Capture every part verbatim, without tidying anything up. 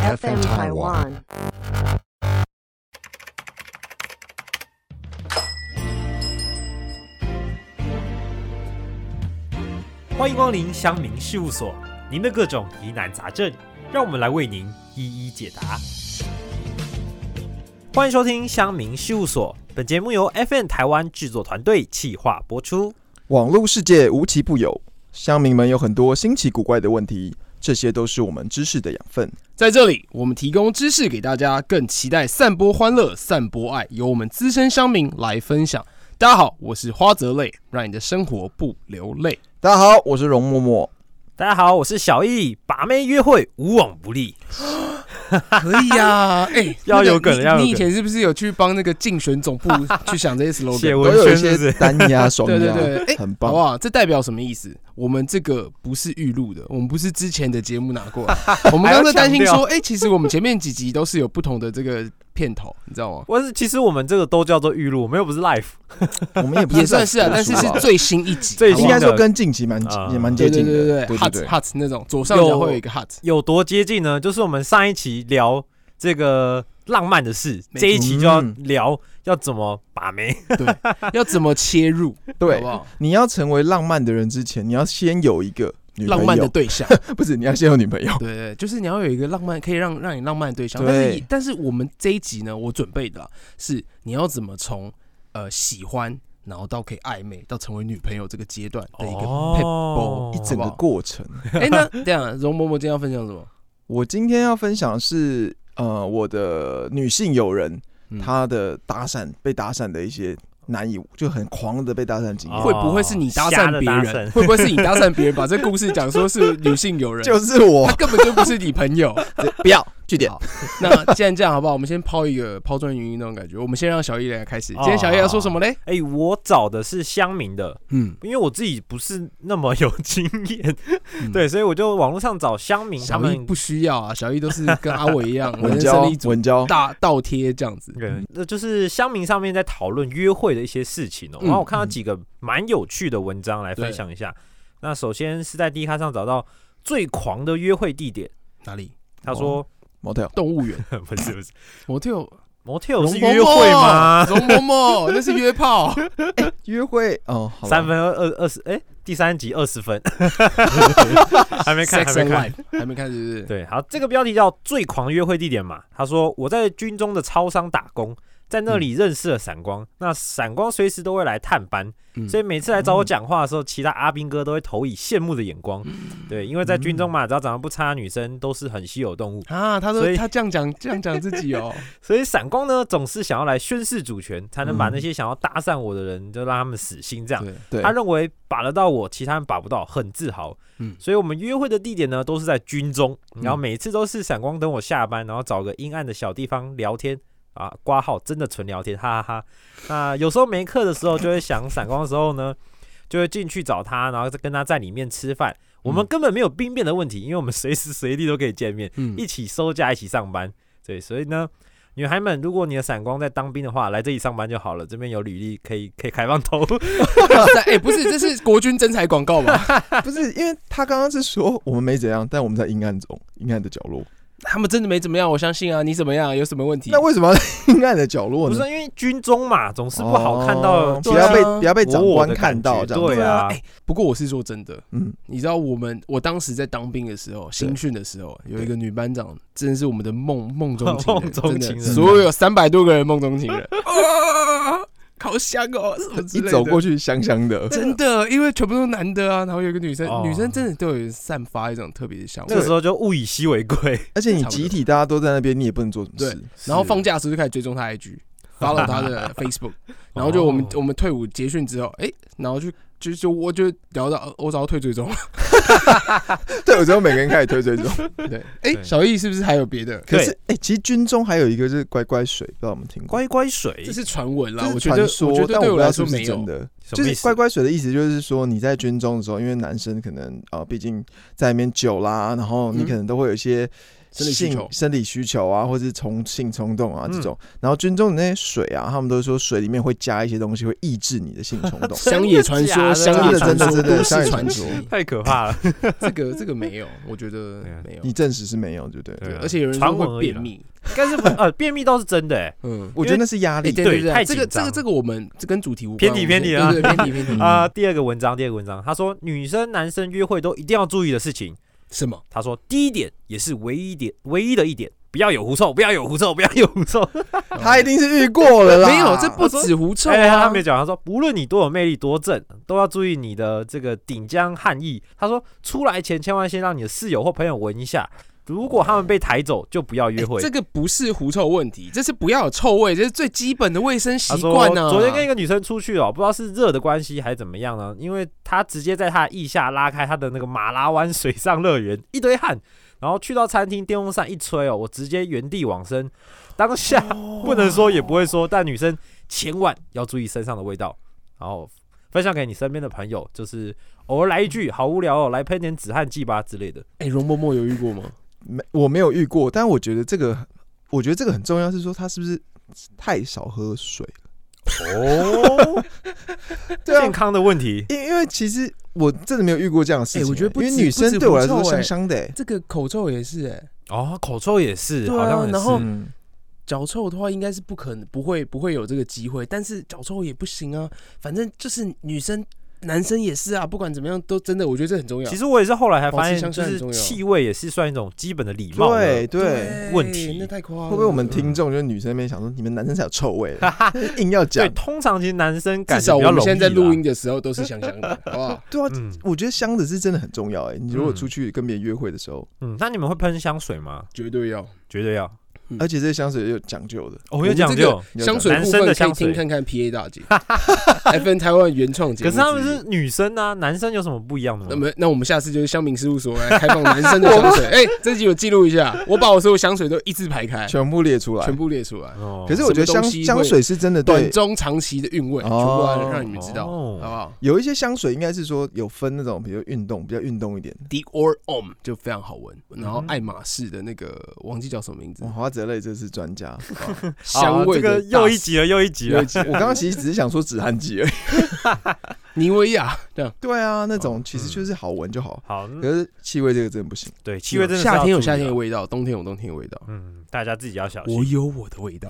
F M Taiwan。 欢迎光临乡民事务所，您的各种疑难杂症，让我们来为您一一解答。欢迎收听乡民事务所，本节目由 F M 台湾制作团队企划播出。 网络世界无奇不有，乡民们有很多新奇古怪的问题，这些都是我们知识的养分。 在这里，我们提供知识给大家，更期待散播欢乐、散播爱，由我们资深乡民来分享。大家好，我是花泽类，让你的生活不流泪。 大家好，我是容嬷嬷。 大家好，我是小易，把妹约会无往不利。 可以啊，哎、欸， 要有梗，要有梗。 你以前是不是有去帮那个竞选总部去想这些 slogan？ 写文宣是不是？单押、双押， 对对对，哎、欸， 很棒， 好不好？这代表什么意思？我们这个不是预录的，我们不是之前的节目拿过来。我们刚刚在担心说，哎、欸，其实我们前面几集都是有不同的这个片头，你知道吗？ 我是其实我们这个都叫做预录，我们又不是 live， 我们也不是也算是啊，但是是最新一集， 最新应该说跟近期蛮也蛮接近的， 对对对对 ，hot hot 那种左上角会有一个 hot， 有多接近呢？就是我们上一期聊这个浪漫的事，这一期就要聊要怎么把妹， 对，要怎么切入， 对， 好不好？ 你要成为浪漫的人之前，你要先有一个女朋友浪漫的对象， 不是你要先有女朋友， 对对，就是你要有一个浪漫可以让让你浪漫的对象。但是但是我们这一集呢，我准备的、啊、是你要怎么从呃喜欢，然后到可以暧昧，到成为女朋友这个阶段的一个哦一整个过程。 哎、欸，那这样，容嬷嬷今天要分享什么？ 我今天要分享的是呃我的女性友人，嗯、她的搭讪被搭讪的一些难以就很狂的被搭讪经验， 会不会是你搭讪别人？会不会是你搭讪别人？把这故事讲说是女性友人， 就是我， 他根本就不是你朋友。 不要据点。 那既然这样，好不好？我们先抛一个抛砖引玉那种感觉。我们先让小易来开始。今天小易要说什么嘞？ 哎、欸，我找的是乡民的，嗯，因为我自己不是那么有经验，嗯、对，所以我就网络上找乡民。他们不需要啊，小易都是跟阿伟一样， 文交文交大倒贴这样子。 对，那就是乡民上面在讨论约会的一些事情哦、喔。然后我看到几个蛮有趣的文章来分享一下。那首先是在 D 卡上找到最狂的约会地点哪里？ 他说。 motel 动物园不是不是 motel motel 是约会吗？ 容嬷嬷那是约炮， 欸、约会哦， 三分二二十哎，第三集二十分，还没看，还没看， 还没看，是不是？ 对，好，这个标题叫最狂约会地点嘛。他说我在军中的超商打工。在那里认识了闪光，嗯、那闪光随时都会来探班，嗯、所以每次来找我讲话的时候，其他阿兵哥都会投以羡慕的眼光。嗯、对，因为在军中嘛，只要长得不差的女生都是很稀有动物啊。他说他这样讲，这样讲自己哦。 所以闪光呢，总是想要来宣示主权，才能把那些想要搭讪我的人，就让他们死心这样。 嗯、 他认为把得到我，其他人把不到，很自豪。嗯、所以我们约会的地点呢，都是在军中，然后每次都是闪光等我下班，然后找个阴暗的小地方聊天。啊，挂号真的纯聊天，哈哈哈。那有时候没课的时候，就会想闪光的时候呢，就会进去找他，然后跟他在里面吃饭。我们根本没有兵变的问题，因为我们随时随地都可以见面，嗯、一起收假，一起上班。对，所以呢，女孩们，如果你的闪光在当兵的话，来这里上班就好了，这边有履历可以可以开放投。 哎、欸，不是，这是国军征才广告吧？ 不是，因为他刚刚是说我们没怎样，但我们在阴暗中，阴暗的角落。 他们真的没怎么样，我相信啊。你怎么样？有什么问题？ 那为什么要在阴暗的角落呢？ 不是因为军中嘛，总是不好看到， 不要被不要被长官看到，这样对啊。 欸、不过我是说真的，嗯，你知道我们我当时在当兵的时候，新训的时候，有一个女班长，真的是我们的梦梦中情人， 中情人， 所有有三百多个人梦中情人。好香哦， 一走过去香香的， 真的，因为全部都男的啊，然后有一个女生，哦、女生真的都有散发一种特别的香味。 那个时候就物以稀为贵， 而且你集体大家都在那边，你也不能做什么事。 对，然后放假的时候就开始追踪他 I G，follow 他的 Facebook， 然后就我们、哦、我们退伍结训之后，哎、欸，然后就就就我就聊到我找到退追踪了， 退伍之后每个人开始退追踪。 对，哎、欸，小易是不是还有别的？ 可是哎、欸，其实军中还有一个就是乖乖水，不知道我们听过？ 乖乖水， 这是传闻啦， 我觉得我觉得对我来说没有真的。就是乖乖水的意思，就是说你在军中的时候，因为男生可能啊，毕、呃、竟在那边久啦，然后你可能都会有一些性生理需求啊，或是从性冲动啊这种。嗯、然后军中的那些水啊，他们都说水里面会加一些东西，会抑制你的性冲动。 乡野传说，乡野传说，都市传说， 太可怕了。 这个这个没有，我觉得没有。 你证实是没有，对不对？ 对，而且有人说会便秘。 应该是呃，便秘倒是真的哎， 嗯，我觉得那是压力， 对对对， 太这个这个这个我们这跟主题无关， 偏题偏题啊， 对对偏题偏题啊。第二个文章，第二个文章，他说女生男生约会都一定要注意的事情， 什么？ 他说第一点也是唯一点唯一的一点，不要有狐臭，不要有狐臭，不要有狐臭。 他一定是遇过了啦， 没有，这不止狐臭啊。 哎，他没讲，他说不论你多有魅力多正，都要注意你的这个顶浆汗液。他说出来前千万先让你的室友或朋友闻一下。如果他们被抬走，就不要约会。 欸、这个不是狐臭问题，这是不要有臭味，这是最基本的卫生习惯呢。 昨天跟一个女生出去哦，不知道是热的关系还是怎么样呢？因为她直接在她的腋下拉开她的那个马拉湾水上乐园，一堆汗，然后去到餐厅电风扇一吹哦，我直接原地往生。当下不能说也不会说，但女生千万要注意身上的味道，然后分享给你身边的朋友，就是偶尔来一句好无聊哦，来喷点止汗剂吧之类的。 哎、欸，容嬷嬷有遇过吗？ 没，我没有遇过，但我觉得这个，我觉得这个很重要，是说他是不是太少喝水了？ 哦，对啊，健康的问题。 因因为其实我真的没有遇过这样的事情、欸， 欸、我觉得不因为女生对我来说香香的、 欸，这个口臭也是哎、 欸，哦，口臭也是， 对啊， 好像也是。 然后脚臭的话，应该是不可能，不会不会有这个机会，但是脚臭也不行啊，反正就是女生。男生也是啊，不管怎么样都真的，我觉得这很重要。 其实我也是后来才发现，就是气味也是算一种基本的礼貌的问题。 那太夸张了。 会不会我们听众就是女生那边想说，你们男生才有臭味，硬要讲？ 对，通常其实男生感至少我们现在在录音的时候都是香香的，好不好？ 对啊，嗯、我觉得香的是真的很重要哎、欸。你如果出去跟别人约会的时候， 嗯，那你们会喷香水吗？ 绝对要， 绝对要。 嗯、而且这些香水有讲究的， 哦，有讲究。 香水部分可以听看看 P A 大姐，还分台湾原创节目。 可是他们是女生啊，男生有什么不一样的吗？ 那么，那我们下次就是香茗事务所来开放男生的香水。哎、欸，这集有记录一下，我把我所有香水都一字排开， 全部列出来， 全部列出来。 哦、 可是我觉得香香水是真的对短中长期的韵味，哦、全部让你们知道，哦、好不好？ 有一些香水应该是说有分那种，比如运动比较运动一点 ，Dior Homme 就非常好闻，然后爱马仕的那个忘记叫什么名字， 花泽类这是专家。 香味的、 这个又一集了，又一集了。 我刚刚其实只是想说止汗剂而已。 妮维雅这样， 对啊，那种其实就是好闻就好。 好， 可是气味这个真的不行。 对，气味真的夏天有夏天的味道，冬天有冬天的味道。 嗯，大家自己要小心。 我有我的味道。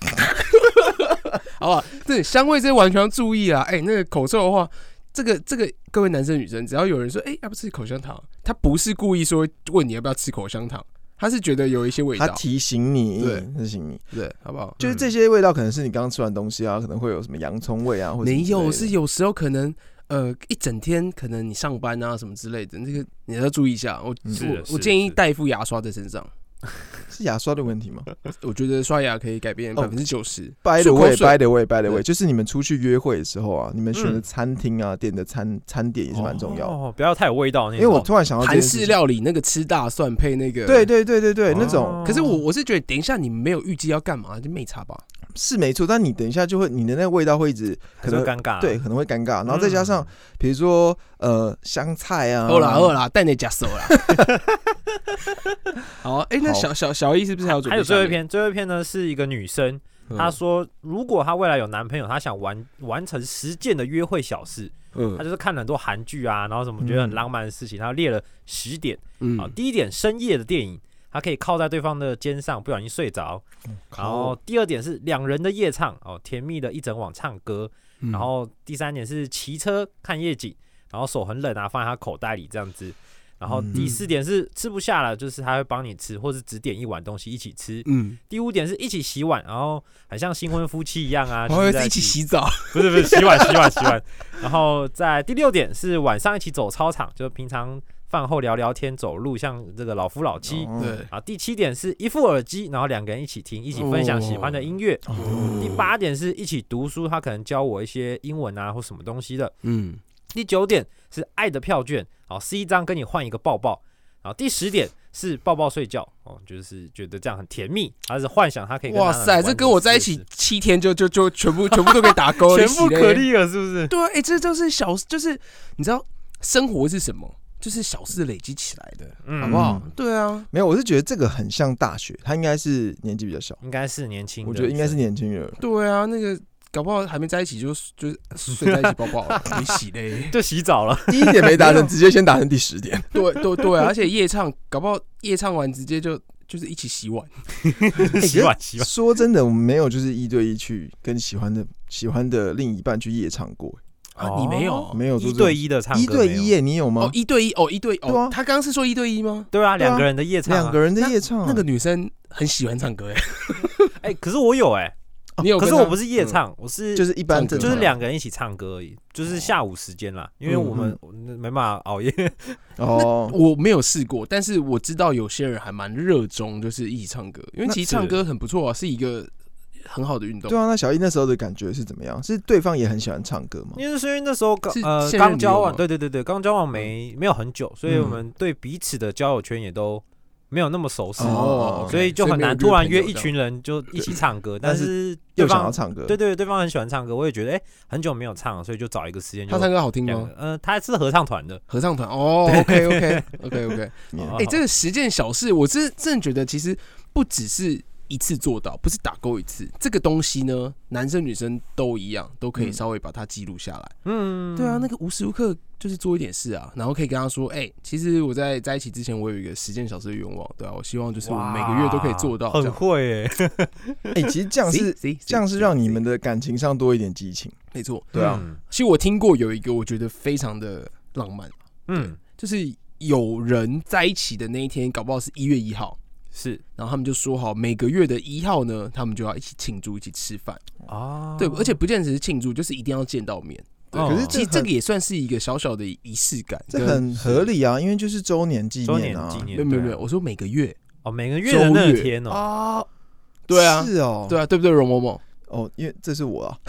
好吧，对香味这完全要注意啊！哎、欸，那个口臭的话，这个这个各位男生女生，只要有人说哎、欸、要不吃口香糖，他不是故意说问你要不要吃口香糖。他是觉得有一些味道， 他提醒你， 对， 提醒你， 对，好不好？ 就是这些味道可能是你刚刚吃完东西啊，可能会有什么洋葱味啊，或者没有，是有时候可能呃一整天，可能你上班啊什么之类的，那个你要注意一下。我我我建议带一副牙刷在身上。 是牙刷的问题吗？ 我觉得刷牙可以改变百分之九十。 By the way, by the way, by the way， 就是你们出去约会的时候啊，你们选的餐厅啊，点的餐餐点也是蛮重要的， 哦，不要太有味道那种。 因为我突然想到韩式料理那个吃大蒜配那个， 对对对对对，那种。 可是我我是觉得，等一下你们没有预计要干嘛，就没差吧。 是没错，但你等一下就会，你的那个味道会一直可能尴尬， 对，可能会尴尬，然后再加上比如说呃香菜啊， 饿啦饿啦，带你夹手啦。好，哎、欸，那小小小易是不是还有准备？ 还有最后一篇，最后一篇呢是一个女生，她说如果她未来有男朋友，她想完完成十件的约会小事。嗯，她就是看了很多韩剧啊，然后什么觉得很浪漫的事情，她列了十点。嗯，啊，第一点，深夜的电影。他可以靠在对方的肩上，不小心睡着。然后第二点是两人的夜唱，哦，甜蜜的一整晚唱歌。嗯、然后第三点是骑车看夜景，然后手很冷啊，放在他口袋里这样子。然后第四点是吃不下了，就是他会帮你吃，或是只点一碗东西一起吃。嗯。第五点是一起洗碗，然后很像新婚夫妻一样啊， 就是在一起洗澡， 不是不是洗碗洗碗洗碗。然后在第六点是晚上一起走操场，就平常。饭后聊聊天、走路，像这个老夫老妻。对啊，第七点是一副耳机，然后两个人一起听，一起分享喜欢的音乐。哦、第八点是一起读书，他可能教我一些英文啊或什么东西的。嗯。第九点是爱的票券，好撕一张跟你换一个抱抱。然后第十点是抱抱睡觉，哦，就是觉得这样很甜蜜，还是幻想他可以跟他。 哇塞，这跟我在一起七天就就就全部全部都可以打勾， 全部可以了，是不是？ 对啊，哎、欸，这就是小，就是你知道生活是什么？ 就是小事累积起来的， 嗯、 好不好？对啊， 没有，我是觉得这个很像大学，他应该是年纪比较小， 应该是年轻的， 我觉得应该是年轻人。 对啊，那个搞不好还没在一起就就睡在一起抱抱了，没洗嘞， 就洗澡了。 第一点没达成，直接先达成第十点。 对对对、啊，而且夜唱搞不好夜唱完直接就就是一起洗碗， 洗碗洗碗。 说真的，我们没有就是一对一去跟喜欢的喜欢的另一半去夜唱过。 啊，你没有没有一对一的唱歌， 一对一耶，你有吗？ 哦，一对一哦，一对哦， 对啊， 他刚刚是说一对一吗？ 对啊，两个人的夜唱， 两个人的夜唱， 那个女生很喜欢唱歌哎， 哎，可是我有哎， 你有？ 可是我不是夜唱，我是就是一般就是两个人一起唱歌而已，就是下午时间啦，因为我们没办法熬夜。 哦， 我没有试过，但是我知道有些人还蛮热衷，就是一起唱歌，因为其实唱歌很不错啊，是一个很好的运动。 对啊，那小易那时候的感觉是怎么样？是对方也很喜欢唱歌吗？ 因为是因为那时候刚呃刚交往，对对对对，刚交往没没有很久，所以我们对彼此的交友圈也都没有那么熟悉， 哦， 所以就很难突然约一群人就一起唱歌，但是又想要唱歌， 对对，对方很喜欢唱歌，我也觉得哎很久没有唱了，所以就找一个时间。 他唱歌好听吗？ 呃，他是合唱团的， 合唱团哦 ，OK OK OK OK， 哎，这个十件小事，我真真的觉得其实不只是一次做到，不是打勾一次，这个东西呢，男生女生都一样，都可以稍微把它记录下来。嗯，对啊，那个无时无刻就是做一点事啊，然后可以跟他说，哎、欸，其实我在在一起之前，我有一个十件小事的愿望，对啊，我希望就是我们每个月都可以做到。 很会哎、欸， 哎、欸，其实这样是这样是让你们的感情上多一点激情， 没错， 对啊、 嗯。其实我听过有一个，我觉得非常的浪漫，嗯，就是有人在一起的那一天，搞不好是一月一号。 是， 然后他们就说好，每个月的一号呢，他们就要一起庆祝，一起吃饭啊。对，而且不见得只是庆祝，就是一定要见到面。对，哦、可是其实这个也算是一个小小的仪式感， 这很合理啊，因为就是周年纪念啊。 没有没有没有，我说每个月哦，每个月的那天哦啊，对啊， 是哦， 对啊，对不对，容嬷嬷？ 哦，因为这是我啊，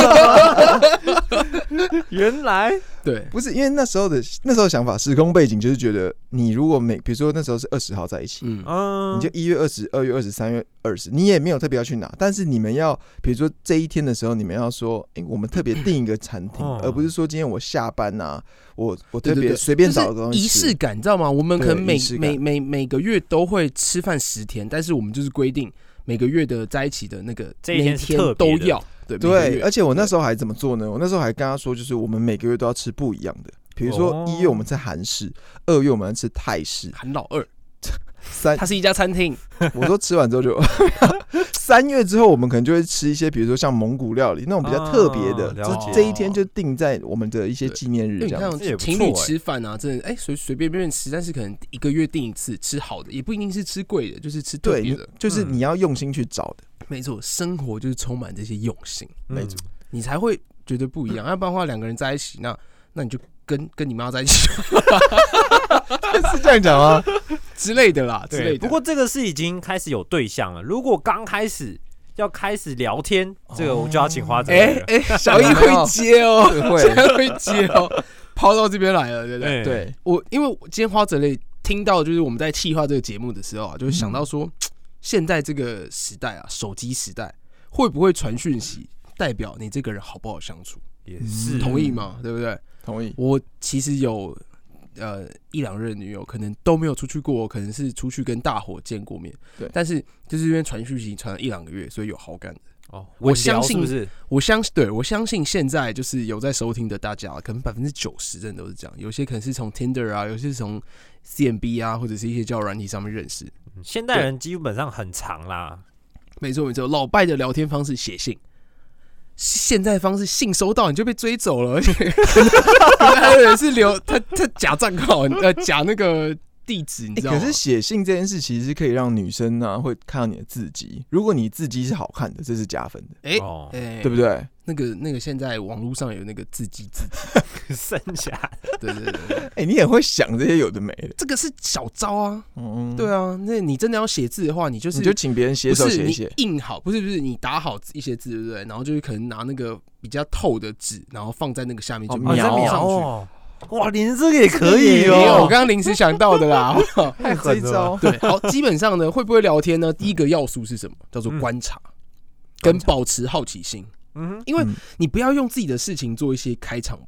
原来对，不是因为那时候的那时候的想法，时空背景就是觉得你如果每比如说那时候是二十号在一起，嗯，你就一月二十、二月二十、三月二十，你也没有特别要去哪，但是你们要比如说这一天的时候，你们要说，哎、欸，我们特别订一个餐厅，嗯、而不是说今天我下班啊，我我特别随便找个东西， 仪式感，你知道吗？我们可能每每每每个月都会吃饭十天，但是我们就是规定。每个月的在一起的那个这一天是特都要，对对，而且我那时候还怎么做呢？我那时候还跟他说，就是我们每个月都要吃不一样的，比如说一月我们吃韩式，二月我们要吃泰式， 韩老二， 三它是一家餐厅。 我说吃完之后就三月之后，我们可能就会吃一些，比如说像蒙古料理那种比较特别的，这、哦、这一天就定在我们的一些纪念日这样子。 情侣吃饭啊，真的哎，随随便便吃，但是可能一个月定一次，吃好的，也不一定是吃贵的，就是吃特别的， 就是你要用心去找的。 嗯、没错，生活就是充满这些用心， 没错、嗯， 你才会觉得不一样。要不然的话，两个人在一起，那那你就跟跟你妈在一起， 是这样讲吗？ 之类的啦，之类的。 不过这个是已经开始有对象了。如果刚开始要开始聊天，这个我就要请花泽。 哎哎、欸欸，小易会接哦，会会接哦，抛到这边来了，对不对？ 对， 我因为我今天花泽类听到，就是我们在企划这个节目的时候啊，就会想到说，嗯、现在这个时代啊，手机时代，会不会传讯息代表你这个人好不好相处？ 也是， 同意吗？对不对？ 同意。 我其实有。呃，一两任女友可能都没有出去过，可能是出去跟大伙见过面， 对。 但是就是因为传讯息传了一两个月，所以有好感的。 哦， 我相信， 是不是？ 我相信，对我相信现在就是有在收听的大家，可能百分之九十真的都是这样。有些可能是从 Tinder 啊，有些是从 C M B 啊，或者是一些交友软体上面认识。 现代人基本上很长啦， 没错没错。老拜的聊天方式写信。现在方式信收到你就被追走了，而且还有人是留他他假账号呃假那个地址，你知道吗？ 欸、可是写信这件事其实可以让女生啊会看到你的字迹，如果你字迹是好看的，这是加分的， 哎、欸哦欸、 对不对？ 那个那个现在网络上有那个字迹字迹， 真假？ 对对对对， 哎、欸，你也会想这些有的没的， 这个是小招啊，嗯，对啊，那你真的要写字的话，你就是你就请别人写手写一写， 你印好，不是不是，你打好一些字，对不对？然后就是可能拿那个比较透的纸，然后放在那个下面就描上去。 哦哇，连这个也可以哦！ 我刚刚临时想到的啦， 太狠了。 对，好，基本上呢，会不会聊天呢？第一个要素是什么？叫做观察，嗯、跟保持好奇心。嗯，因为你不要用自己的事情做一些开场白，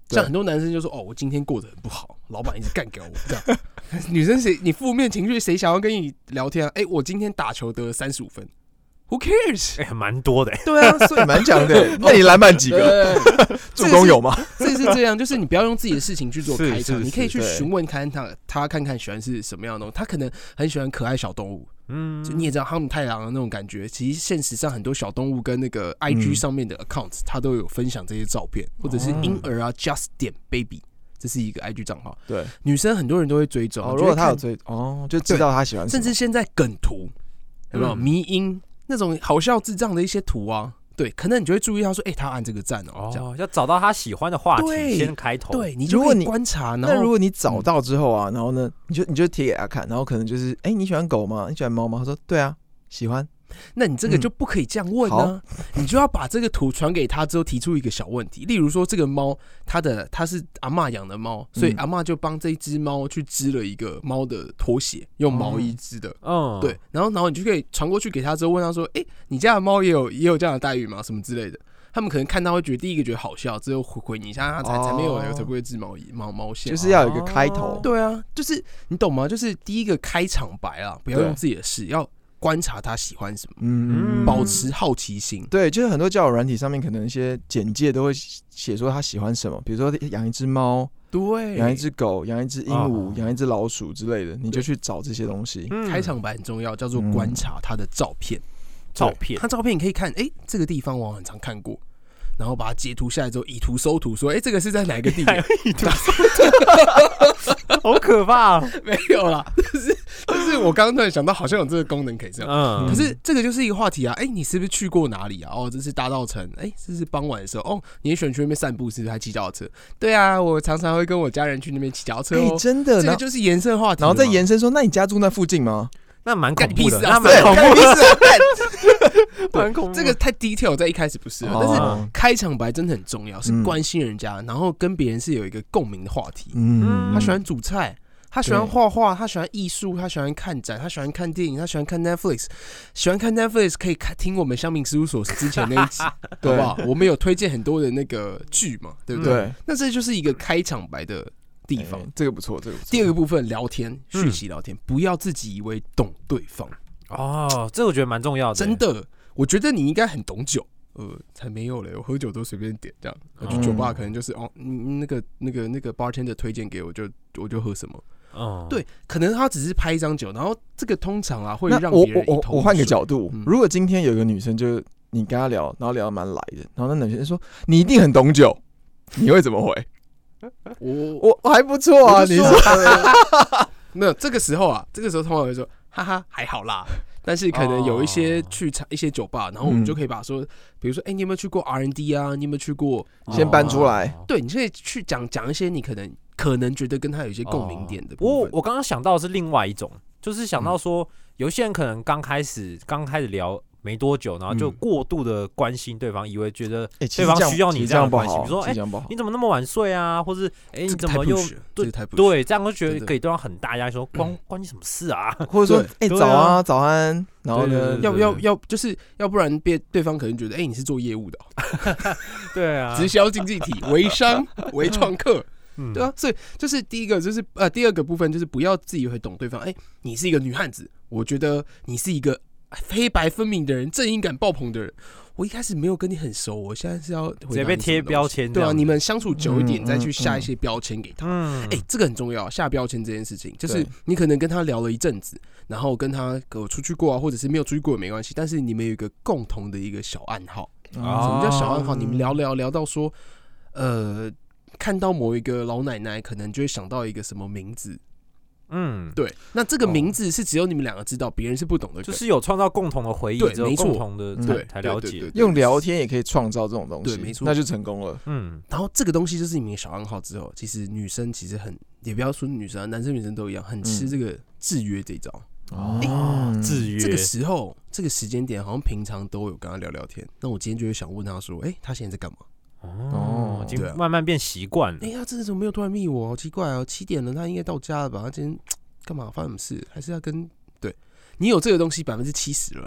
像很多男生就说：“哦，我今天过得很不好，老板一直干掉我。”这样，女生谁你负面情绪谁想要跟你聊天啊？哎、欸，我今天打球得了三十五分 ，Who cares？ 哎、欸，蛮多的、欸。 对啊，所以蛮强的。那你篮板几个？助攻有吗？ 这是这样，就是你不要用自己的事情去做开场，你可以去询问看他，他看看喜欢是什么样的东西。他可能很喜欢可爱小动物。嗯，就你也知道哈姆太郎的那种感觉，其实现实上很多小动物跟那个 I G 上面的 account， 它都有分享这些照片，或者是婴儿啊 ，just 点 baby， 这是一个 I G 账号。 对， 女生很多人都会追踪。 哦，如果他有追，哦，就知道他喜欢什么。 甚至现在梗图有没有迷因那种好笑智障的一些图啊？对，可能你就会注意到说，哎、欸，他要按这个赞哦，这样要找到他喜欢的话题先开头。 对，你就可以观察。 那如果你找到之后啊，然后呢，你就你就贴给他看，然后可能就是，哎、欸，你喜欢狗吗？你喜欢猫吗？他说，对啊，喜欢。 那你这个就不可以这样问啊，嗯、你就要把这个图传给他之后，提出一个小问题，例如说这个猫，它的它是阿嬷养的猫，所以阿嬷就帮这一只猫去织了一个猫的拖鞋，用毛衣织的，嗯，对，然后然后你就可以传过去给他之后，问他说，哎、欸，你家的猫也有也有这样的待遇吗？什么之类的。他们可能看到会觉得第一个觉得好笑，之后回回你一下，他才才没有了，才不会织毛衣毛毛线， 就是要有一个开头。 对啊，就是你懂吗？就是第一个开场白啊，不要用自己的事，要观察他喜欢什么，嗯，保持好奇心。 对，就是很多交友软体上面可能一些简介都会写说他喜欢什么，比如说养一只猫， 对， 养一只狗，养一只鹦鹉，养、哦、一只老鼠之类的，你就去找这些东西。 开场白很重要，叫做观察他的照片。嗯照片， 他照片你可以看，哎、欸，这个地方我很常看过，然后把它截图下来之后，以图搜图，说，哎、欸，这个是在哪个地点？以图搜图， 好可怕、啊！ 没有啦，就是就是我刚刚突然想到，好像有这个功能可以这样。嗯，可是这个就是一个话题啊，哎、欸，你是不是去过哪里啊？哦，这是大稻埕，哎、欸，这是傍晚的时候，哦，你也喜欢去那边散步，是不是还骑脚踏车？对啊，我常常会跟我家人去那边骑脚踏车哦、 欸。真的， 这个就是延伸话题， 然后再延伸说，那你家住那附近吗？ 那蛮恐怖的， 那蛮恐怖的，蛮恐怖。这个太 detail， 在一开始不是，但是开场白真的很重要，是关心人家，然后跟别人是有一个共鸣的话题。嗯，他喜欢煮菜，他喜欢画画，他喜欢艺术，他喜欢看展，他喜欢看电影，他喜欢看 Netflix， 喜欢看 Netflix 可以看听我们乡民事务所之前那一集，好不好？我们有推荐很多的那个剧嘛，对不对？ 对， 那这就是一个开场白的地方、欸， 这个不错，这个不错。 第二个部分聊天，讯息聊天、嗯，不要自己以为懂对方。 哦，这我觉得蛮重要的。 真的，我觉得你应该很懂酒，呃，才没有嘞，我喝酒都随便点这样。我去酒吧可能就是哦，那个那个那个 bartender 推荐给我就我就喝什么。哦，对，可能他只是拍一张酒，然后这个通常啊会让别人一头雾水。 我我换个角度、嗯，如果今天有一个女生，就你跟她聊，然后聊得蛮来的，然后那女生说你一定很懂酒，你会怎么回？ 我我我还不错啊，你说、 呃、没有？这个时候啊，这个时候通常会说哈哈还好啦，但是可能有一些去一些酒吧，然后我们就可以把说，嗯、比如说哎、欸，你有没有去过 R and D 啊？你有没有去过？ 先搬出来， 对，你可以去讲讲一些你可能可能觉得跟他有一些共鸣点的部分。 我我刚刚想到的是另外一种，就是想到说，嗯、有些人可能刚开始刚开始聊。没多久，然后就过度的关心对方，以为觉得对方需要你这样的关心，比如说，哎、欸，你怎么那么晚睡啊？或是，哎、欸，你怎么又对对，这样就觉得给对方很大压力，说关关你什么事啊？ 或者说，哎、欸，早啊，早安，然后呢， 要不要要就是要不然别对方可能觉得，哎、欸，你是做业务的、喔， 对啊， 直销经济体，微商、微创客。嗯、对啊，所以就是第一个，就是呃，第二个部分就是不要自己会懂对方。哎、欸，你是一个女汉子，我觉得你是一个黑白分明的人，正义感爆棚的人。我一开始没有跟你很熟，我现在是要直接被贴标签， 对啊，你们相处久一点，嗯、再去下一些标签给他。嗯，哎、欸，这个很重要，下标签这件事情，就是你可能跟他聊了一阵子，然后跟他有出去过啊，或者是没有出去过也没关系，但是你们有一个共同的一个小暗号。哦、什么叫小暗号？你们聊聊聊到说，呃，看到某一个老奶奶，可能就会想到一个什么名字。嗯，对，那这个名字是只有你们两个知道，别人是不懂的， 就是有创造共同的回忆， 对， 只有共同的才才了解。 用聊天也可以创造这种东西， 对，没错， 那就成功了。 嗯，然后这个东西就是你们的小暗号之后，其实女生其实很，也不要说女生啊，男生女生都一样，很吃这个制约这一招。 哦，欸、制约。 这个时候，这个时间点，好像平常都有跟他聊聊天。那我今天就会想问他说，哎、欸，他现在在干嘛？ 哦，已经慢慢变习惯了。 哎呀、啊，这怎么没有突然密我？好奇怪哦，七点了，他应该到家了吧？他今天干嘛？发生什么事？还是要跟对你有这个东西百分之七十了。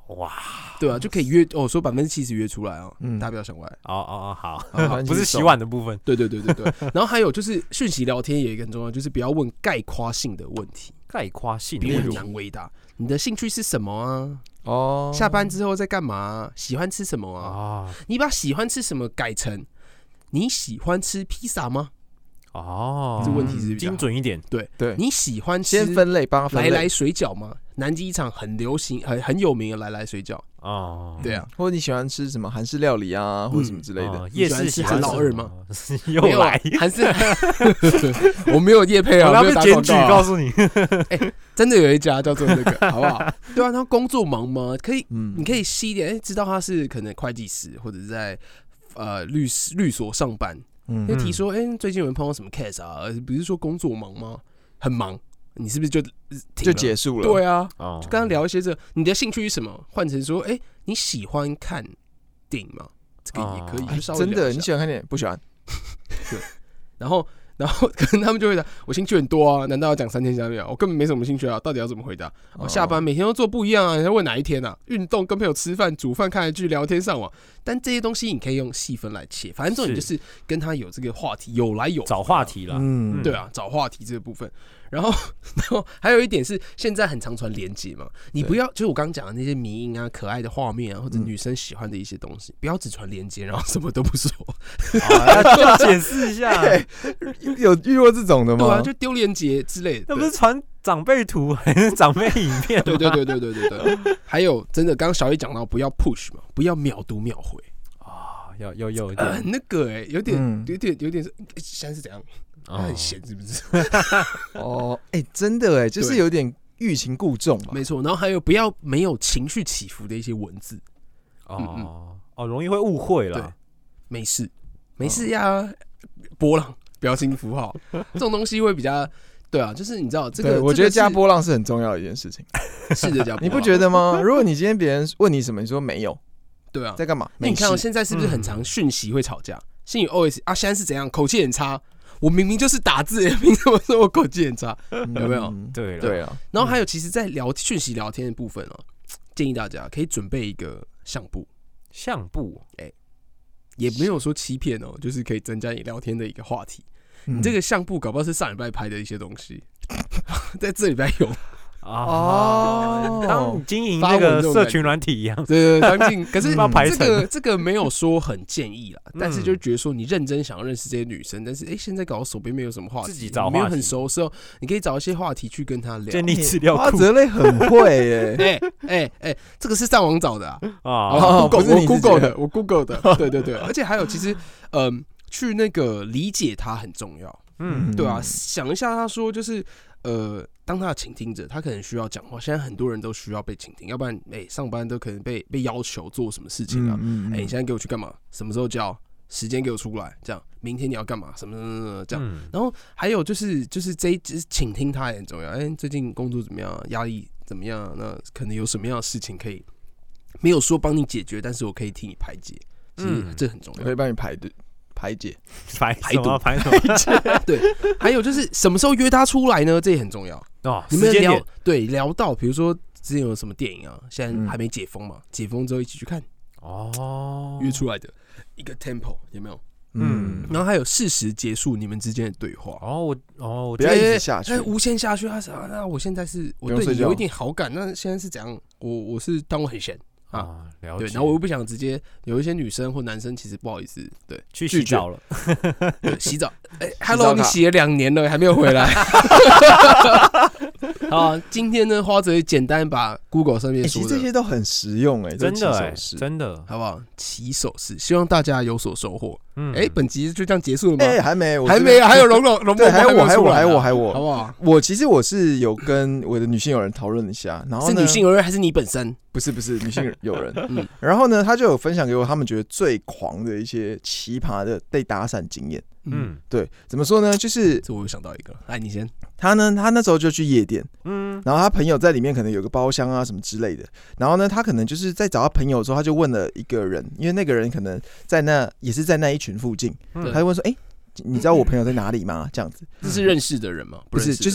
哇， 对啊，就可以约哦，说百分之七十约出来哦，嗯，大家不要想歪。 哦哦哦，好，不是洗碗的部分。 对对对对对。然后还有就是讯息聊天也有一个很重要，就是不要问概括性的问题。 概括性别人很难回答。你的兴趣是什么啊？哦，下班之后在干嘛、啊？喜欢吃什么啊？哦，你把喜欢吃什么改成你喜欢吃披萨吗？哦，这问题是精准一点。 对对， 你喜欢吃先分类，帮来来水饺吗？南机场很流行、很很有名的来来水饺哦。对啊， 或者你喜欢吃什么韩式料理啊，或者什么之类的。 夜市吃韩老二吗？ 又来韩式，我没有业配啊， 我要被检举，告诉你。 哎，真的有一家叫做那个，好不好？对啊，他工作忙吗？可以，你可以细一点，哎，知道他是可能会计师或者是在呃律师律所上班。嗯，就提说，哎、欸，最近有人碰到什么 case 啊？不是说工作忙吗？很忙，你是不是就就结束了？ 对啊，哦、就跟他聊一些这个，你的兴趣是什么？换成说，哎、欸，你喜欢看电影吗？这个也可以，哦、就稍微真的，你喜欢看电影？不喜欢。 对，然后。然后可能他们就会答，我兴趣很多啊，难道要讲三天三夜啊？我根本没什么兴趣啊，到底要怎么回答？我、哦、下班每天都做不一样啊，你在问哪一天啊？运动、跟朋友吃饭、煮饭、看剧、聊天、上网，但这些东西你可以用细分来切，反正重点就是跟他有这个话题，有来有找话题啦。 嗯，对啊，找话题这个部分。然后，然后还有一点是，现在很常传连结嘛，你不要就是我刚刚讲的那些迷因啊、可爱的画面啊，或者女生喜欢的一些东西，不要只传连结，然后什么都不说。 啊、要解释一下， 有遇过这种的吗？ 对啊，就丢连结之类的。 那不是传长辈图还是长辈影片？ 对对对对对对对。还有，真的，刚刚小易讲到，不要 push 嘛，不要秒读秒回啊，要要有一点、 呃、那个哎、欸，有点、嗯、有点有点，现在是怎样？他很闲是不是？ 哦，哎、欸，真的哎、欸，就是有点欲擒故纵嘛。 没错，然后还有不要没有情绪起伏的一些文字。 哦、嗯嗯、哦，容易会误会了。 没事，没事呀，波浪、表情符号这种东西会比较。对啊，就是你知道这个， 我觉得加波浪是很重要的一件事情。 是的，加波浪， 你不觉得吗？如果你今天别人问你什么，你说没有， 对啊， 在干嘛？ 那你看到现在是不是很常讯息会吵架？心里 O S 啊，现在是怎样？口气很差。我明明就是打字，凭什么说我口气很差？有没有？ 对对啊。 然后还有，其实，在聊讯息聊天的部分哦，建议大家可以准备一个相簿。 相簿， 哎，也没有说欺骗哦，就是可以增加你聊天的一个话题。你这个相簿搞不好是上礼拜拍的一些东西，在这礼拜用。 哦，当经营那个社群软体一样， 对对，当经。可是这个这个没有说很建议啦，但是就觉得说你认真想要认识这些女生，但是哎、欸，现在搞到手边没有什么话题， 自己找话题没有很熟的时候，你可以找一些话题去跟她聊。 建立资料库， 花泽类很会耶， 哎哎哎，这个是上网找的啊， 哦， 我 Google 的，我 Google 的，对对对，而且还有其实，嗯、呃，去那个理解她很重要，嗯，对啊，想一下，他说就是。呃，当他的倾听者，他可能需要讲话。现在很多人都需要被倾听，要不然，哎、欸，上班都可能被被要求做什么事情啊？哎、嗯嗯欸，你现在给我去干嘛？什么时候交？时间给我出来，这样。明天你要干嘛？什么什么什么这样。嗯、然后还有就是就是这一就是倾听他也很重要。哎、欸，最近工作怎么样？压力怎么样？那可能有什么样的事情可以没有说帮你解决，但是我可以替你排解。其实这很重要， 我可以帮你排的。排解、 排排毒、 排什么？ 对，还有就是什么时候约他出来呢？这也很重要哦。 你们聊对聊到，比如说之前有什么电影啊，现在还没解封嘛，嗯、解封之后一起去看哦，约出来的一个 tempo 有没有？嗯，然后还有适时结束你们之间的对话。 哦，我哦，我不要一直下去， 哎，无限下去。他说啊，那我现在是我对你有一点好感，那现在是怎样？我我是当我很闲。啊，了解。对，然后我又不想直接有一些女生或男生，其实不好意思，对， 去洗澡了， 对，洗澡。哎、欸、，Hello， 你洗了两年了，还没有回来。好，今天呢，花泽简单把 Google 上面说的， 欸、其实这些都很实用、欸，哎， 真的、欸，真的， 好不好？起手式，希望大家有所收获。嗯，哎、欸，本集就这样结束了吗？ 哎、欸，还没， 还没，还有龙龙龙对，还有我，还有我，还有我，还有我， 好不好？ 我其实我是有跟我的女性友人讨论一下，然后是女性友人还是你本身？ 不是不是女性友人，嗯，然后呢，他就有分享给我他们觉得最狂的一些奇葩的被搭讪经验。嗯，对，怎么说呢？就是这我有想到一个，来你先。 他呢，他那时候就去夜店，嗯，然后他朋友在里面可能有个包厢啊什么之类的，然后呢，他可能就是在找他朋友的时候，他就问了一个人，因为那个人可能在那也是在那一群附近，嗯、他就问说，哎、欸，你知道我朋友在哪里吗？这样子， 这是认识的人吗？ 不是，就是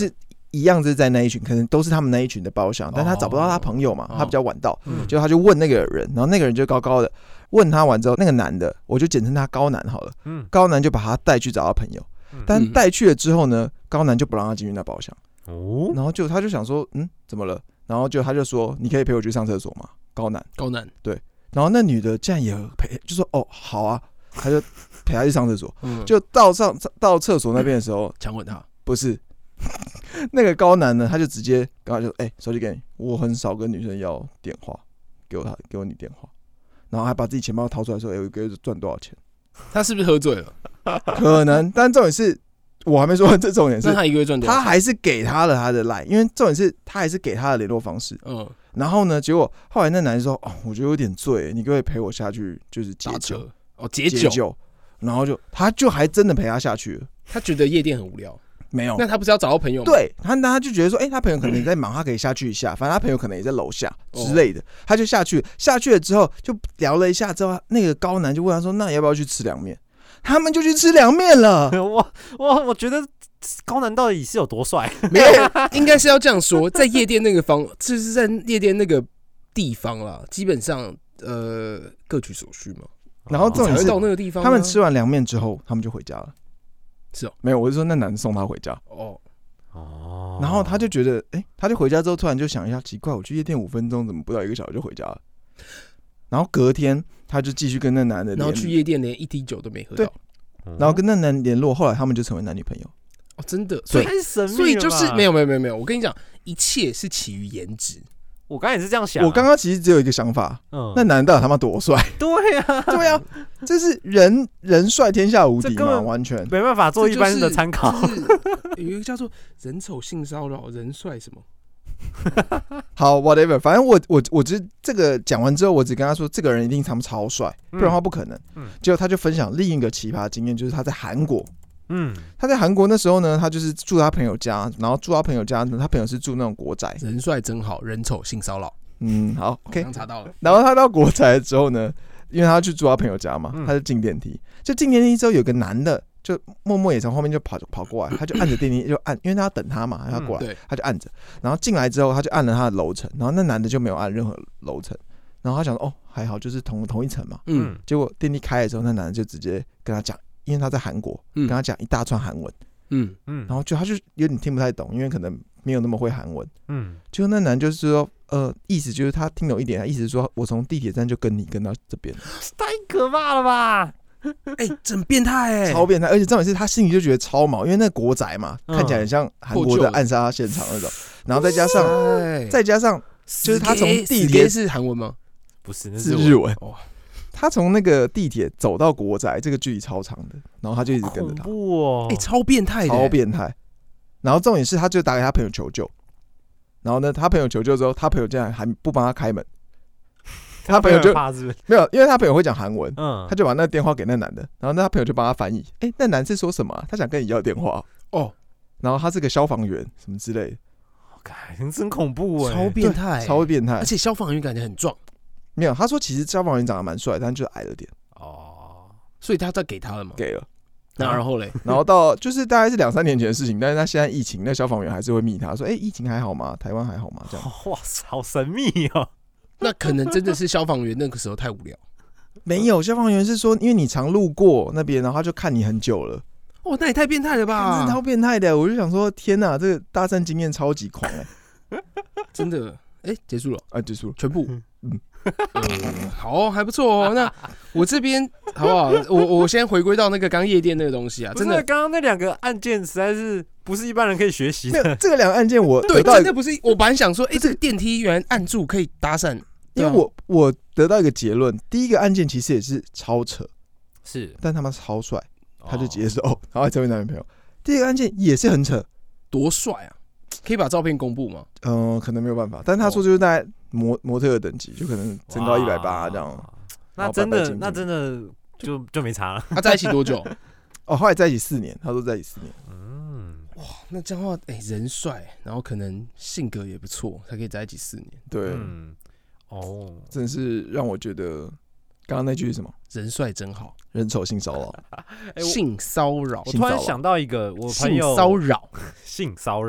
一样是在那一群，可能都是他们那一群的包厢，但他找不到他朋友嘛， 哦、 他比较晚到， 嗯、 就他就问那个人，然后那个人就高高的问他完之后，那个男的我就简称他高男好了，嗯、高男就把他带去找他朋友，嗯、但带去了之后呢，高男就不让他进去那包厢，哦，然后就他就想说，嗯，怎么了？然后就他就说，你可以陪我去上厕所吗？高男， 高男， 对，然后那女的竟然也陪，就说哦好啊，他就陪他去上厕所，嗯、就到上到厕所那边的时候， 强吻他， 不是。那个高男呢，他就直接刚才就哎、欸，手机给你，我很少跟女生要电话，给我他给我你电话，然后还把自己钱包掏出来说，哎、欸，我一个月赚多少钱？ 他是不是喝醉了？ 可能，但重点是我还没说完，这重点是， 那他一个月赚多少钱？ 他还是给他了他的 line， 因为重点是他还是给他的联络方式。嗯，然后呢，结果后来那男生说，哦，我觉得有点醉，你可不可以陪我下去，就是解酒？ 哦，解酒， 酒，然后就他就还真的陪他下去了。 他觉得夜店很无聊。 没有， 那他不是要找到朋友吗？ 对，他他就觉得说，哎、欸，他朋友可能也在忙，他可以下去一下，反正他朋友可能也在楼下之类的，他就下去，下去了之后就聊了一下之后，那个高男就问他说，那你要不要去吃凉面？他们就去吃凉面了。 我我我觉得高男到底是有多帅？ 没有，应该是要这样说，在夜店那个方，就是在夜店那个地方啦，基本上呃各取所需嘛。 然后重点是到那个地方， 他们吃完凉面之后，他们就回家了。 是哦， 没有，我是说那男的送他回家。哦哦，然后他就觉得，哎、欸，他就回家之后，突然就想一下，奇怪，我去夜店五分钟，怎么不到一个小时就回家了？然后隔天他就继续跟那男的联络， 然后去夜店连一滴酒都没喝到， 对，然后跟那男联络，后来他们就成为男女朋友。 哦，真的，所以所以就是没有没有没有没有，我跟你讲，一切是起于颜值。 我刚才也是这样想、啊， 我刚刚其实只有一个想法，嗯，那男的他妈多帅！ 对呀、啊， 对呀、啊，这是人人帅天下无敌嘛，完全没办法做一般人的参考。 有一个叫做人丑性骚扰，人帅什么？ 好 ，whatever， 反正我我我只这个讲完之后，我只跟他说，这个人一定他们超帅，不然的话不可能。嗯，结果他就分享另一个奇葩经验，就是他在韩国。嗯，他在韩国那时候呢，他就是住他朋友家，然后住他朋友家呢，他朋友是住那种国宅。 人帅真好，人丑性骚扰。 嗯，好 ，OK， 刚查到了。 然后他到国宅之后呢，因为他要去住他朋友家嘛，他就进电梯。就进电梯之后，有个男的就默默也从后面就跑跑过来，他就按着电梯就按，因为他要等他嘛，他过来，嗯、他就按着。然后进来之后，他就按了他的楼层，然后那男的就没有按任何楼层。然后他想说，哦，还好，就是同同一层嘛。嗯。结果电梯开的时候，那男的就直接跟他讲。因为他在韩国，跟他讲一大串韩文，嗯嗯，然后就他就有点听不太懂，因为可能没有那么会韩文，嗯，就那男就是说，呃，意思就是他听懂一点，意思是说我从地铁站就跟你跟到这边， 太可怕了吧？ 哎、欸，真变态哎， 超变态，而且重点是他心里就觉得超毛，因为那国宅嘛，嗯、看起来很像韩国的暗杀现场那种，然后再加上、哦、再加上就是他从地铁是韩文吗？ 不是，那是日文。哦，他从那个地铁走到国宅，这个距离超长的，然后他就一直跟着他， 恐怖哦， 哎、欸，超变态的， 超变态。然后重点是，他就打给他朋友求救，然后呢，他朋友求救之后，他朋友竟然还不帮他开门，他朋友就没有，因为他朋友会讲韩文，嗯，他就把那个电话给那男的，然后那他朋友就帮他翻译，哎、欸，那男是说什么、啊？他想跟你要电话哦，然后他是个消防员什么之类的， 感真恐怖哎、 欸，超变态， 超变态， 而且消防员感觉很壮。 没有，他说其实消防员长得蛮帅，但就是矮了点。 哦，所以他再给他了吗？ 给了。 那然后嘞， 然后到就是大概是两三年前的事情，但是他现在疫情，那消防员还是会密他说：“哎、欸，疫情还好吗？台湾还好吗？”这样。 哇塞，好神秘哦。 那可能真的是消防员那个时候太无聊。 没有，消防员是说，因为你常路过那边，然后他就看你很久了。 哇，那也太变态了吧！ 真的超变态的，我就想说，天哪，这个搭讪经验超级狂哎、 欸，真的。哎、欸，结束了啊，结束了， 全部。嗯。嗯，好、哦，还不错哦。那我这边好不好？我我先回归到那个刚夜店那个东西啊，真的， 刚刚那两个案件实在是不是一般人可以学习的。 这个两个案件我对，真的不是。我本来想说，哎、欸，这个电梯原来按住可以搭讪， 因为我我得到一个结论，第一个案件其实也是超扯， 是， 但他妈超帅，他就接受，哦、然后还成为男女朋友。第二个案件也是很扯， 多帅啊！可以把照片公布吗？ 嗯、呃，可能没有办法，但是他说就是大概模模特的等级，就可能身高一百八这样。 那真的，那真的就就没差了。 他在一起多久？ 哦，后来在一起四年，他说在一起四年。 嗯，哇，那这样的话，哎、欸，人帅，然后可能性格也不错，才可以在一起四年。 对，嗯，哦，真的是让我觉得，刚刚那句是什么？ 人帅真好， 人丑性骚扰， 欸、性骚扰。 我突然想到一个，我朋友性骚扰， 性骚扰。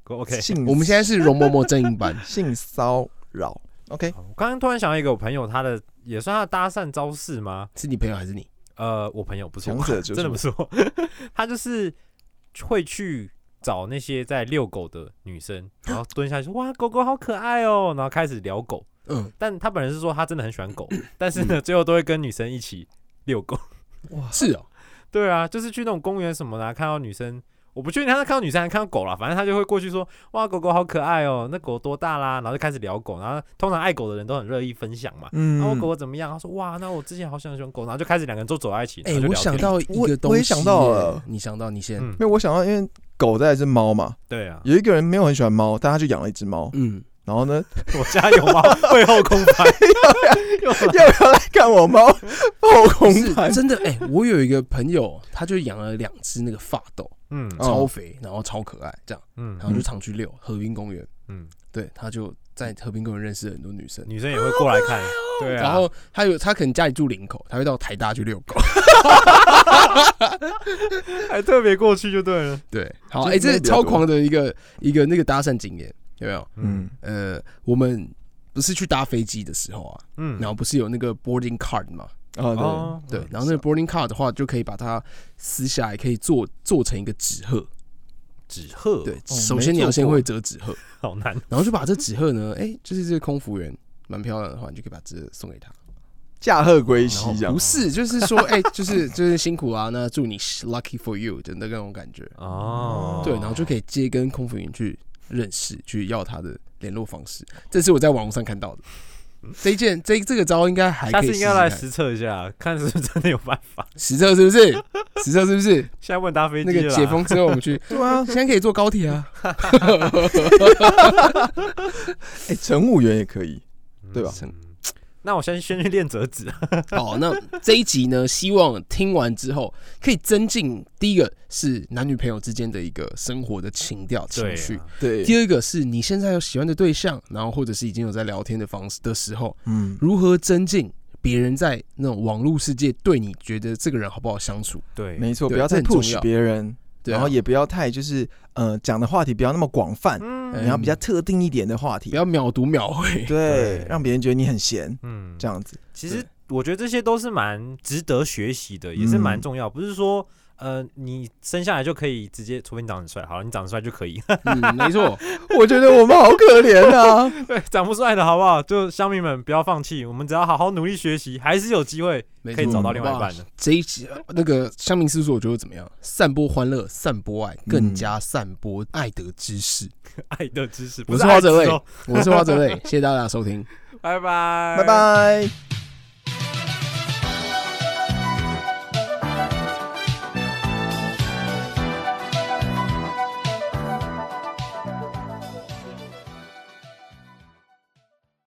OK， 我们现在是容嬷嬷正音版性骚扰。OK， 我刚刚突然想到一个我朋友，他的也算他的搭讪招式吗？ 是你朋友还是你？ 呃，我朋友不是我， 强者就是我真的不是我。他就是会去找那些在遛狗的女生，然后蹲下去说：“哇，狗狗好可爱哦！”然后开始聊狗。嗯，但他本人是说他真的很喜欢狗，但是呢，最后都会跟女生一起遛狗。 哇，是哦， 对啊，就是去那种公园什么的、啊，看到女生。我不确定他是看到女生还是看到狗啦，反正他就会过去说：“哇，狗狗好可爱哦，那狗多大啦？”然后就开始聊狗，然后通常爱狗的人都很乐意分享嘛。嗯，然后我狗狗怎么样？他说：“哇，那我之前好想喜欢狗。”然后就开始两个人都走在一起。哎、 欸，我想到一个东西， 我也想到了， 你想到你先， 因为我想到，因为狗再来是猫嘛。 对啊， 有一个人没有很喜欢猫，但他就养了一只猫。嗯。然后呢？ 我家有猫，会后空翻， 要不要来看我猫后空翻？ 真的哎、欸，我有一个朋友，他就养了两只那个法斗，嗯，超肥，然后超可爱，这样，嗯，然后就常去遛河滨公园，嗯，对，他就在河滨公园认识了很多女生， 女生也会过来看，对啊。 然后他有他可能家里住林口，他会到台大去遛狗， 还特别过去就对了。 对，好，哎、欸，这是超狂的一个一个那个搭讪经验。有没有？嗯，呃，我们不是去搭飞机的时候啊，嗯，然后不是有那个 boarding card 嘛？ 哦， 对，对，然后那个 boarding card 的话，就可以把它撕下来，可以做做成一个纸鹤。 纸鹤， 对，首先你要先会折纸鹤， 好难。 然后就把这纸鹤呢，哎、欸，就是这个空服员蛮漂亮的话，你就可以把这送给他。 驾鹤归西这样？ 不是，就是说，哎、欸，就是就是辛苦啊，那祝你 lucky for you 的那种感觉。哦，对，然后就可以接跟空服员去认识，去要他的联络方式，这是我在网络上看到的。这一件这这个招应该还可以试试看， 下次应该来实测一下，看是不是真的有办法。 实测是不是？实测是不是？ 现在不能搭飞机了， 那个解封之后我们去。对啊，现在可以坐高铁啊。 哎、欸，乘务员也可以，对吧？ 嗯，那我先先去练折纸。 好，那这一集呢，希望听完之后可以增进。第一个是男女朋友之间的一个生活的情调情绪， 对。 第二个是你现在有喜欢的对象，然后或者是已经有在聊天的方式的时候，嗯，如何增进别人在那种网络世界对你觉得这个人好不好相处？ 对， 没错，不要太 push 别人。然后也不要太就是呃讲的话题不要那么广泛，嗯，你要比较特定一点的话题， 不要秒读秒回， 对，让别人觉得你很闲，嗯，这样子。 其实我觉得这些都是蛮值得学习的，也是蛮重要，不是说。呃，你生下来就可以直接，除非你长得很帅，好了，你长得帅就可以。 嗯，没错。 我觉得我们好可怜啊。 对，长不帅的好不好？就乡民们不要放弃，我们只要好好努力学习，还是有机会可以找到另外一半的。 这一集那个乡民师叔，我觉得怎么样？散播欢乐，散播爱，更加散播爱的知识。 爱的知识， 我是花泽类，我是花泽类，谢谢大家收听， 拜拜， 拜拜。